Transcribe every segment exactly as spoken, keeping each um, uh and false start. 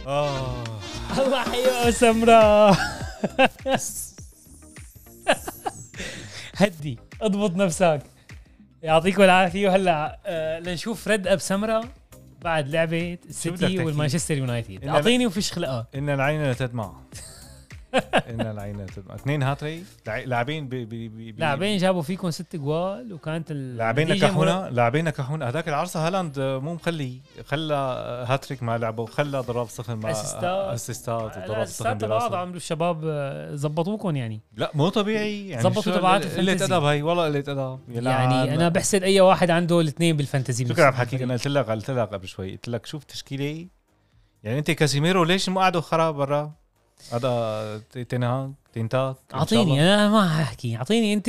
اه الله حيو سمراء. هدي اضبط نفسك يعطيكم العافيه. وهلا آه لنشوف رد اب سمراء بعد لعبه السيتي والمانشستر يونايتد. اعطيني وفيش خلقه. ان العين لا تدمع. ان العين لا تدمع. اثنين هاتري لاعبين بي بي بي لاعبين جابوا فيكم ست جوال وكانت لاعبين نكحونا لاعبين نكحونا. هذاك العرصه هالاند مو مخلي خلى هاتريك مع لعبه وخلى ضرب سخن مع اسيستات وضرب سخن براسه. عملوا الشباب زبطوكم يعني. لا مو طبيعي يعني. زبطوا تبعات قله ادب هي والله قله ادب يعني. انا بحسد اي واحد عنده الاثنين بالفانتزي. شكرا بحكيك. انا قلت لك قلت لك قبل شوي قلت لك شوف تشكيلي يعني. انت كاسيميرو ليش مو قاعدوا خراب برا؟ هذا تنهاج تنتات. اعطيني انا ما احكي. اعطيني انت.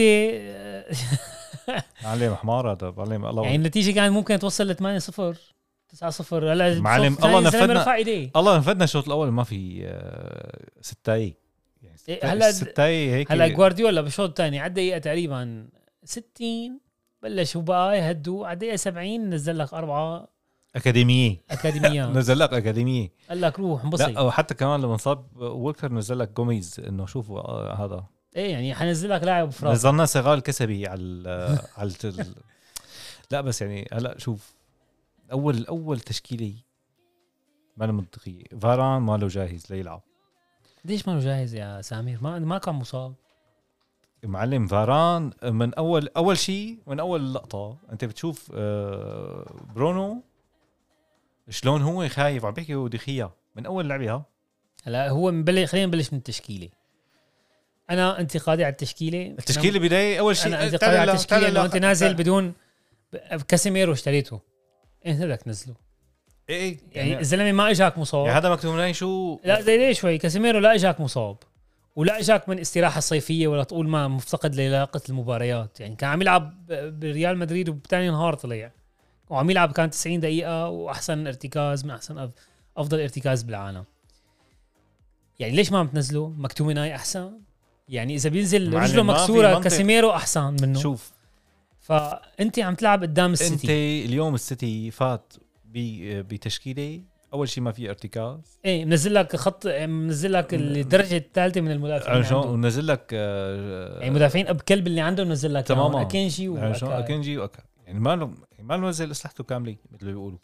معلم حمار هذا معلم. الله يعني النتيجه كانت ممكن توصل ل ثمانية صفر تسعة صفر. هلا معلم الله نفدنا الله نفدنا الشوط الاول ما في ستاي يعني. هلا ستاي هيك. هلا جوارديولا بالشوط الثاني على الدقيقه تقريبا ستين بلش وبقى يهدوا. على الدقيقه سبعين نزل لك اربعه اكاديميه اكاديميه. نزل لك اكاديميه. قال لك روح انبسط. لا وحتى كمان لما انصاب وولكر نزل لك جوميز انه شوفوا هذا ايه يعني حنزل لك لاعب فراغ. نزلنا سغال كسبي على على لا بس يعني هلا شوف اول اول تشكيلي ما منطقيه. فاران ما له جاهز ليلعب. ليش ما له جاهز يا سامير؟ ما ما كان مصاب معلم. فاران من اول اول شيء من اول لقطه انت بتشوف برونو شلون هو خايف. عم بيحكي ودخيا من اول لعبه. ها هلا هو مبلش. خلينا نبلش من التشكيله. انا انتقادي على التشكيله. التشكيله بدايه اول شيء. انا انتقادي على التشكيله انه انت نازل بدون كاسيميرو اشتريته. انت بدك تنزله. ايه يعني, يعني الزلمه ما اجاك مصاب. يعني هذا مكتوب لنا شو. لا زي ليش شوي. كاسيميرو لا اجاك مصاب ولا اجاك من استراحه صيفيه ولا تقول ما مفتقد للاقه المباريات. يعني كان عم يلعب بريال مدريد وبتاني نهار طلع وعم يلعب. كان تسعين دقيقه واحسن ارتكاز من احسن افضل ارتكاز بالعالم. يعني ليش ما عم تنزله؟ مكتوميناي احسن. يعني اذا بينزل رجله مكسوره كاسيميرو احسن منه. شوف فانت عم تلعب قدام السيتي. انت اليوم السيتي فات بتشكيله اول شيء ما في ارتكاز. ايه منزل لك خط. منزل لك الدرجه الثالثه من المدافعين. ونزل لك آه يعني مدافعين اب كلب اللي عنده منزل لك تماما اكينجي واكا اكينجي واكا. يعني ما له ما له نزل اسلحته كامله مثل اللي بيقولوا.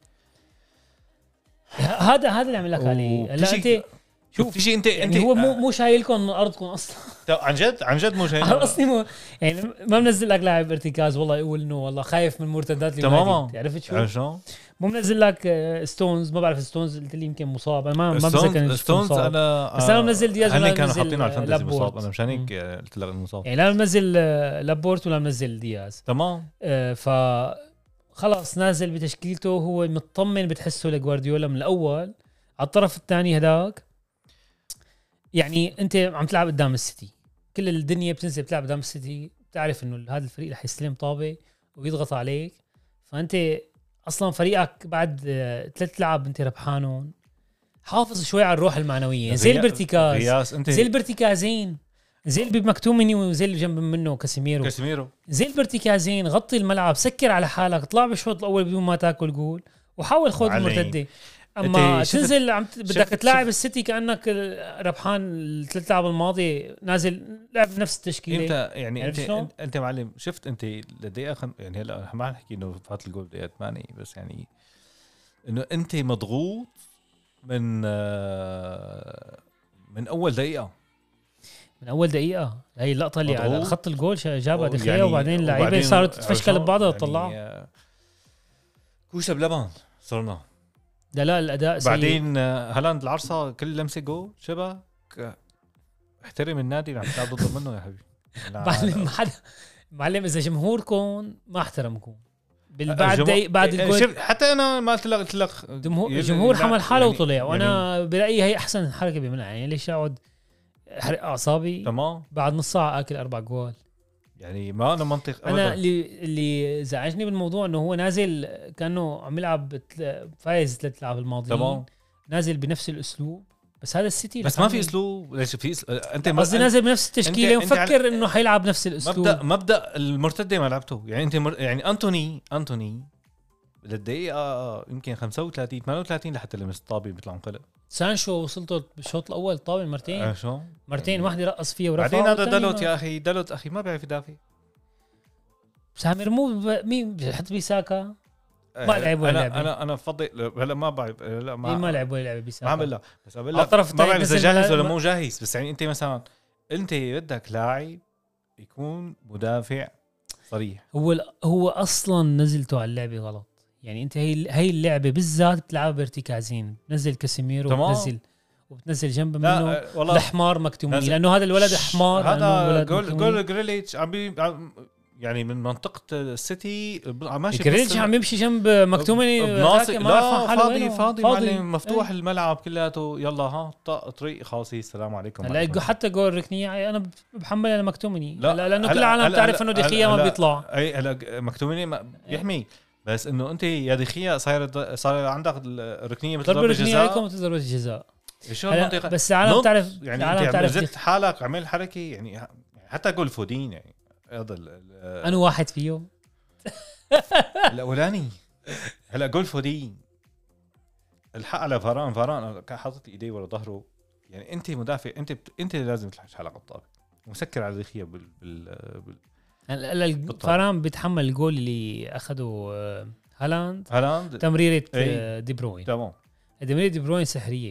هذا هذا اللي عم لك عليه. هلا انت شوف تيجي انت يعني انت هو مو مو شايلكم من ارضكم اصلا. عن جد عن جد مو شايل اصلي مو يعني ما منزل لك لاعب ارتكاز والله يقول انه والله خايف من مرتدات تماما. عرفت شو مو منزل لك ستونز. ما بعرف ستونز قلت لي يمكن مصاب. انا ما ما بتذكر ستونز. انا بس انا منزل دياز ولا كانوا حاطين على الفانتزي مصاب. انا مشان هيك قلت لك المصاب. يعني لا منزل لابورت ولا منزل دياز. تمام. آه ف خلاص نازل بتشكيلته. هو مطمن بتحسه لجوارديولا من الاول. على الطرف الثاني هداك يعني انت عم تلعب قدام السيتي. كل الدنيا بتنزل بتلعب قدام السيتي. بتعرف انه هذا الفريق رح يستلم طابه ويضغط عليك. فانت اصلا فريقك بعد ثلاث لعب انت ربحانون. حافظ شوي على الروح المعنويه. زي البرتكاز زي البرتكازين زي اللي بمكتومني وزي اللي جنب منه كاسيميرو كاسيميرو زي البرتكازين. غطي الملعب. سكر على حالك. اطلع بالشوط الاول بدون ما تاكل جول وحاول خذ المرتده. اما تنزل عم بدك تلاعب السيتي كانك ربحان الثلاث لعب الماضي نازل لعب نفس التشكيله. انت يعني انت انت, انت معلم شفت انت للدقيقه خم... يعني هلا ما نحكي انه فات الجول دقيقه ثمانية بس يعني انه انت مضغوط من من اول دقيقه. من اول دقيقه. هي اللقطه اللي على خط الجول جابها دخيا يعني وبعدين اللعيبه صارت تتفشكل ببعضها وتطلع يعني كوشه بلبن صرنا. لا لا الاداء سيء. بعدين هالاند العرصه كل لمسه جول شبك. احترم النادي اللي عم تلعب ضد منه يا حبيبي. معلم حدا معلم اذا جمهوركم ما احترمكم بالبعد دقيقة بعد الجول. حتى انا ما قلت لك قلت لك جمهور حمل حاله يعني وطلع. وانا يعني برايي هي احسن حركه بمنع. يعني ليش اقعد احرق اعصابي تمام بعد نص ساعه اكل اربع جوال. يعني ما انا منطق أبداً. انا اللي اللي زعجني بالموضوع انه هو نازل كانه عم يلعب فايز ثلاث لعب الماضيين. تمام. نازل بنفس الاسلوب بس هذا السيتي بس ما في اسلوب. ليش في أس... انت قصدي نازل بنفس التشكيله ومفكر على... انه حيلعب نفس الاسلوب. مبدا مبدا المرتده ما لعبته. يعني انت مر... يعني انتوني انتوني للدقيقه يمكن خمسة وثلاثين ثمانية وثلاثين لحتى لمس الطابه بيطلع انقلب. سانشو وصلته بالشوط الاول الطابه مرتين آه شو مرتين يعني واحده رقص فيها ورفع. بعدين هذا دلوت يا اخي دلوت اخي ما بيعرف يدافع. سامر مو مين بيحط بيساكا ما لعب ولا انا لعبة. انا انا بفضل هلا ما بعرف لا ما ما لعب ولا لعبه بيساكا ما عم لا بس اقول على لك الطرف ما بعرف الثاني اذا جاهز نزل ولا ما- مو جاهز. بس يعني انت مثلا انت بدك لاعب يكون مدافع صريح. هو ال- هو اصلا نزلته على اللعبه غلط. يعني انت هي هي اللعبه بالذات بتلعبها بارتكازين. نزل كاسيميرو تمام. وبتنزل وبتنزل جنب منه لا والله الحمار مكتومين نزل- لانه هذا الولد حمار لأنه هذا ولد جول مكتومين. جول جريليتش عم بي عم- يعني من منطقه السيتي ماشي جريليتش بس- عم يمشي جنب مكتومني بناصي هيك ما عرف لا حاله فاضي وينه. فاضي معلم مفتوح إيه. الملعب كلياته يلا ها طق طريق خاصي السلام عليكم. هلا عليكم. حتى جول ركنيه انا بحمل انا مكتومني لا، لا لانه هلا- كل العالم هلا- بتعرف انه هلا- دخيا ما هلا- بيطلع. اي هلا مكتومني ما- بيحمي بس انه انت يا دخيا صاير صار عندك الركنيه مثل ضرب ضربه ركنيه عليكم جزاء. وتضرب ضربه جزاء. شو هلا المنطقه بس العالم نط، بتعرف يعني العالم انت بتعرف نزلت حالك عمل حركه يعني حتى جول فودين يعني هذا ال- ال- انا واحد فيه الاولاني. هلا جول فودين الحق على فاران فاران كان حاطط ايديه ورا ظهره. يعني انت مدافع انت بت... انت لازم تلحق حالك على الطابه ومسكر على دخيا بال, بال... بال... هلا الفاران بيتحمل الجول اللي اخذه آه، هالاند هالاند تمريره أي. آه، دي بروين. تمام. تمريره دي بروين سحريه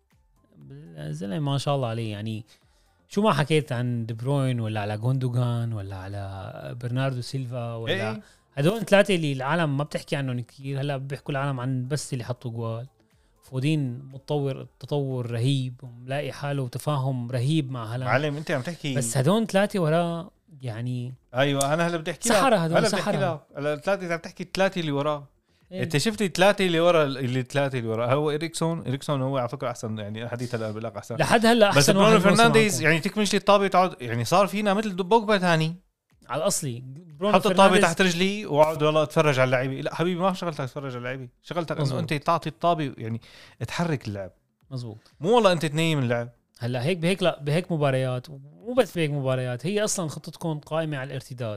الزلمه ما شاء الله عليه. يعني شو ما حكيت عن دي بروين ولا على غوندوغان ولا على برناردو سيلفا ولا ايه هدول الثلاثه اللي العالم ما بتحكي عنهم كثير. هلا بيحكوا العالم عن بس اللي حطوا جوال. فودين متطور تطور رهيب وملاقي حاله وتفاهم رهيب مع هالاند. معلم انت عم تحكي بس هدول ثلاثه وراه يعني ايوه انا هلا بدي احكي سحرة لك هدول هلا بدي احكي سحرة. لك هلا الثلاثه عم تحكي الثلاثه اللي وراه. إيه. انت شفت الثلاثه اللي ورا اللي الثلاثه اللي ورا هو اريكسون اريكسون هو على فكره احسن يعني حديث هلا بقول لك احسن. لحد هلا بس احسن برونو واحد بوصل فرنانديز معكم. يعني تكمش لي الطابه تعود يعني صار فينا مثل بوجبا ثاني. على الاصلي برونو حط الطابه فرنانديز تحت رجلي وقعد والله اتفرج على اللعيبه. لا حبيبي ما شغلتك تتفرج على اللعيبه شغلتك انه مزبوط. انت تعطي الطابه يعني تحرك اللعب مزبوط. مو والله انت تنيم اللعب. هلا هيك بهيك لا بهيك مباريات مو بس بهيك مباريات هي اصلا خطتكم قائمه على الارتداد.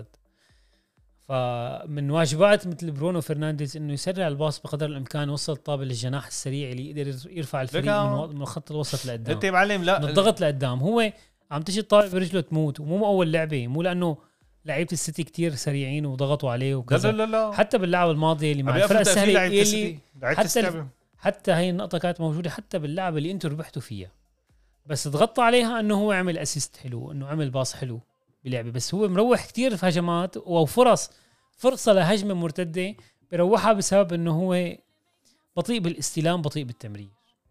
فمن واجبات مثل برونو فرنانديز انه يسرع الباص بقدر الامكان يوصل الطابه للجناح السريع اللي يقدر يرفع الفريق من, من خط الوسط لقدام انت معلم لا من الضغط لقدام. هو عم تجي الطابه برجله تموت ومو اول لعبه مو لانه لعيبه السيتي كتير سريعين وضغطوا عليه لا وكذا. لا لا حتى باللعبه الماضيه اللي مع عم الفرق يقفل تقفيل السهله لعيبة اللي السيتي. لعيبة حتى السيتي. حتى هي النقطه كانت موجوده حتى باللعبه اللي انتم ربحتوا فيها. بس ضغطوا عليها انه هو عمل اسيست حلو انه عمل باص حلو بلعبه. بس هو مروح كتير في هجمات وفرص فرصه لهجمه مرتده بروحها بسبب انه هو بطيء بالاستلام بطيء بالتمرير.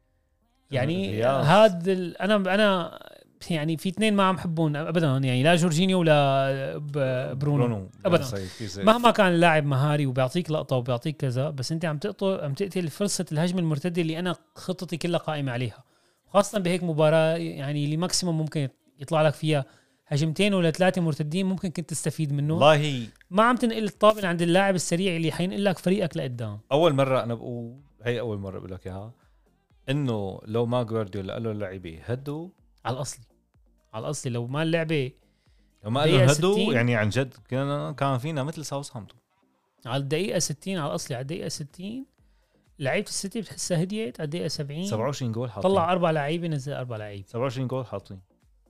يعني هذا انا انا يعني في اثنين ما عم حبون ابدا يعني لا جورجينيو ولا برونو, برونو. ابدا مهما كان اللاعب مهاري وبيعطيك لقطه وبيعطيك كذا. بس انت عم تقطع عم تقتل فرصه الهجمه المرتده اللي انا خطتي كلها قائمه عليها. خاصه بهيك مباراه يعني اللي ماكسيموم ممكن يطلع لك فيها هجمتين ولا ثلاثه مرتدين ممكن كنت تستفيد منه. والله ما عم تنقل الطابه عند اللاعب السريع اللي حينقل لك فريقك لقدام. اول مره انا بقول هي اول مره بقول لك اياها انه لو ما جوارديولا قال له اللعيبه هدوا على الاصلي على الاصلي لو ما اللعبه لو ما قال له هدوا يعني عن جد كان كان فينا مثل ساوثهامبتون على الدقيقه ستين على الاصلي على الدقيقه ستين لعيبه السيتي بتحسها هديت على الدقيقه سبعين سبعة وعشرين جول حاطين طلع اربع لعيبه نزل اربع لعيبه سبعة وعشرين جول حاطين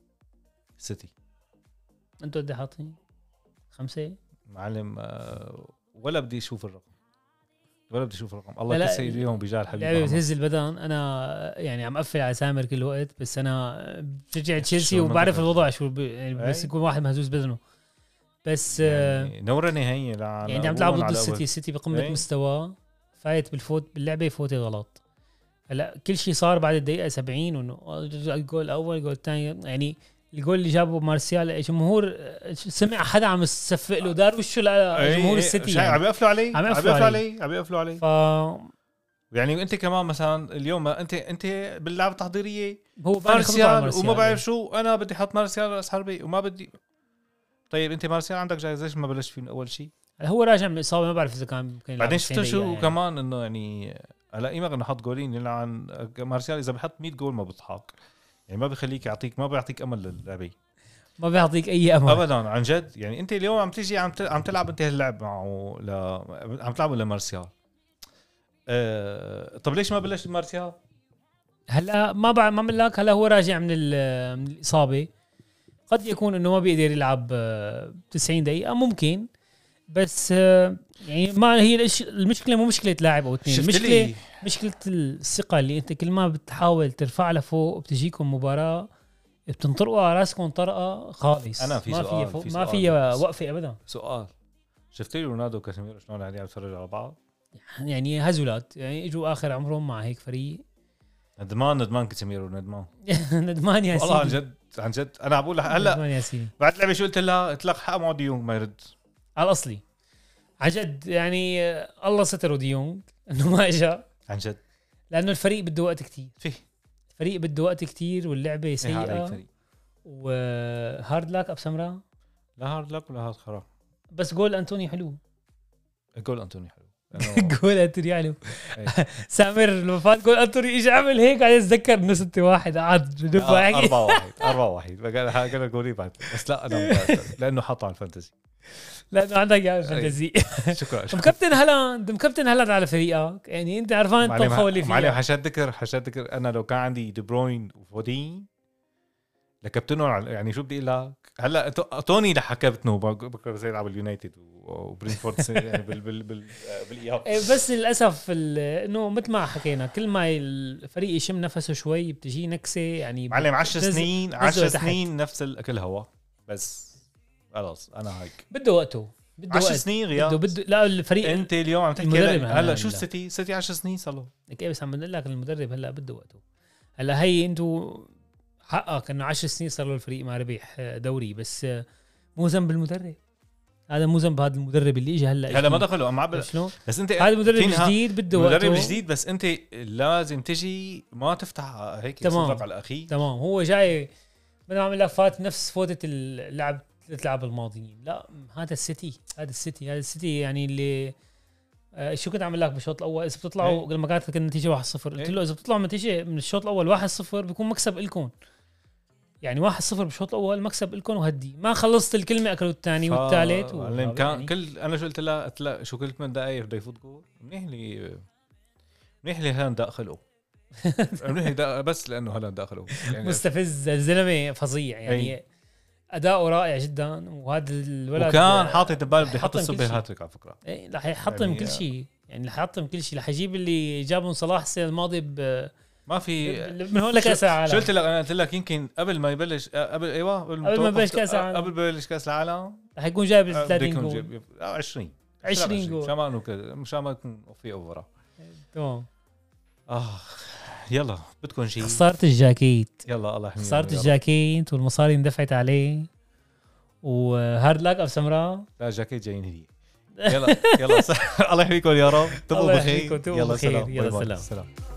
سيتي. انتوا قد حاطين خمسه معلم أه ولا بدي اشوف الرقم ولا بدي اشوف الرقم. الله يكسر اليوم بجال حبيبي لعبه بتهز البدن. انا يعني عم اقفل على سامر كل وقت بس انا بشجع تشيلسي وبعرف الوضع شو يعني بس يكون واحد مهزوز بدنه بس يعني نورني هي يعني انت عم تلعب ضد السيتي السيتي بقمه ايه؟ مستوى فايت بالفوت باللعبه فوتي غلط. هلا كل شيء صار بعد الدقيقه سبعين وانه الجول الاول الجول الثاني يعني الجول اللي جابه مارسيال جمهور سمع حدا عم يصفق له دار وشه لجمهور السيتي يعني عم يقفلوا عليه عم يقفلوا عليه عم يقفلوا عليه ف يعني انت كمان مثلا اليوم انت انت باللعبه التحضيريه هو مارسيال وما بعرف شو انا بدي احط مارسيال راس حربي وما بدي. طيب انت مارسيال عندك جايزه ليش ما بلشت فيه من اول شيء؟ هو راجع من اصابه ما بعرف اذا كان ممكن بعدين شفت شو يعني. كمان انه يعني هلا ايمر انه حط جولين يلعن مارسيال اذا بحط مية جول ما بضحك يعني ما بخليك يعطيك ما بيعطيك امل للعبه ما بيعطيك اي امل ابدا عن جد. يعني انت اليوم عم تيجي عم عم تلعب انت هاللعب معه ل... عم تلعب لمارسيال آه طب ليش ما بلش مارسيال؟ هلا ما بعد ما بقول لك، هلا هو راجع من ال- من الاصابه، قد يكون انه ما بيقدر يلعب آه، تسعين دقيقه ممكن، بس آه، يعني ما هي الإش- المشكله مو مشكله لاعب او اثنين، شفت المشكله لي مشكله الثقه اللي انت كل ما بتحاول ترفع لفوق بتجيكم مباراه بتنطرقوا على راسكم طرقه خالص. أنا في ما سؤال، فيها فوق، في ما سؤال فيها بس. وقفه ابدا. سؤال، شفت لي رونالدو وكاسيميرو شلون قاعدين عم يتفرجوا على بعض؟ يعني هزولات، يعني اجوا اخر عمرهم مع هيك فريق. ندمان ندمان كاسيميرو ندمان ندمان يا والله عن سيدي، جد عن جد. انا عم بقول هلا ندمان يا سيدي بعد لعبه شو قلت لها؟ قلت لك حق مع ديونج ما يرد. على الاصلي عن جد، يعني آه، الله ستره ديونج انه ما اجى، عن جد لانه الفريق بده وقت كتير، فيه الفريق بده وقت كتير واللعبه عليك سيئه، فريق. وهارد لاك ابسمرا. لا هارد لك ولا هارد خرا. بس جول انتوني حلو. جول انتوني حلو لأنه- جول انتوني حلو. إيه. سامر لما فات جول انتوني اجى عمل هيك، قاعد اتذكر انه ستة واحد قعد بدون آه، ما يحكي. أربعة واحد أربعة واحد قال قال جولي بعد، بس لا أنا متأكد لأنه حطه على الفانتسي. لانه عندك يا فانتزي. شكرا شكرا. مكابتن هالاند، مكابتن هالاند على فريقك، يعني انت عرفان الطبخه اللي معلم فيها. حشاد ذكر حشاد ذكر أنا لو كان عندي دي بروين وفودين لكابتنهم على- يعني شو بدي اقول لك هلا تو- توني لحق كابتنه بكره زي يلعب اليونايتد وبرينفورد يعني بال بال بال بالاياب. إيه، بس للاسف ال- انه مثل ما حكينا، كل ما الفريق يشم نفسه شوي بتجي نكسه، يعني معلم عشر بتنزل- سنين بتنزله عشر تحت. سنين نفس الاكل هوا بس خلاص انا هيك بده وقته، بده عشر وقت. سنين بده غياب. بده لا الفريق انت اليوم عم تحكي المدرب هلا, هلا شو هلا. السيتي سيتي عشر سنين صار له. لك ايه، بس عم بقول لك المدرب هلا بده وقته. هلا هي انتو حقك انه عشر سنين صار له الفريق ما ربح دوري، بس مو ذنب المدرب، هذا مو ذنب هذا المدرب اللي اجى هلا. هلا ما دخلوا اما عبل. شلون بس انت هذا مدرب فينها- جديد بده وقته. مدرب جديد بس انت لازم تجي ما تفتح هيك تمام. صدرك على اخي. تمام، هو جاي بدنا نعمل لك فات نفس فوتة اللعب ثلاث لعب الماضيين. لا هذا السيتي، هذا السيتي هذا السيتي يعني اللي آه شو كنت عامل لك بالشوط الاول؟ اذا بتطلعوا لما كانت النتيجه واحد صفر قلت له اذا بتطلعوا النتيجه من الشوط الاول واحد صفر بيكون مكسب لكم، يعني واحد صفر بالشوط الاول مكسب لكم، وهدي ما خلصت الكلمه اكلوا الثاني والثالث و... و... كان يعني. كل انا شو قلت لها؟ قلت لها شو كل ثمان دقائق بده يفوت جول. منيح لي منيح لي هالاند داخله منيح دا... بس لانه هالاند داخله يعني مستفز الزلمه فظيع يعني أي. اداؤه رائع جدا، وهذا الولد وكان حاطط بباله بده يحط حطم كل السوبر شيء. هاتريك على فكره. ايه رح يحطم يعني كل شيء، يعني رح يحطم كل شيء، رح يجيب اللي جابهم صلاح السنه الماضيه ب ما في من هون لكاس العالم. شو قلت لك؟ انا قلت لك يمكن قبل ما يبلش قبل ايوه قبل ما يبلش كأس العالم. قبل ما يبلش كاس العالم رح يكون جايب بده ثلاثين يكون جول جايب- آه، عشرين عشرين جول. مشان ما انه كده- مشان ما يكون في اوفرا. تمام. اه يلا بدكم شيء؟ خسارة الجاكيت، يلا الله يحمينا. خسارة يا رب. الجاكيت والمصاري اندفعت عليه، وهارد لاك اب سمراء. لا جاكيت جايين هديه. يلا يلا الله يحميكم يا رب. تبقوا الله بخير. يحميكم، تبقوا يلا بخير. سلام. يلا باي باي. سلام. سلام.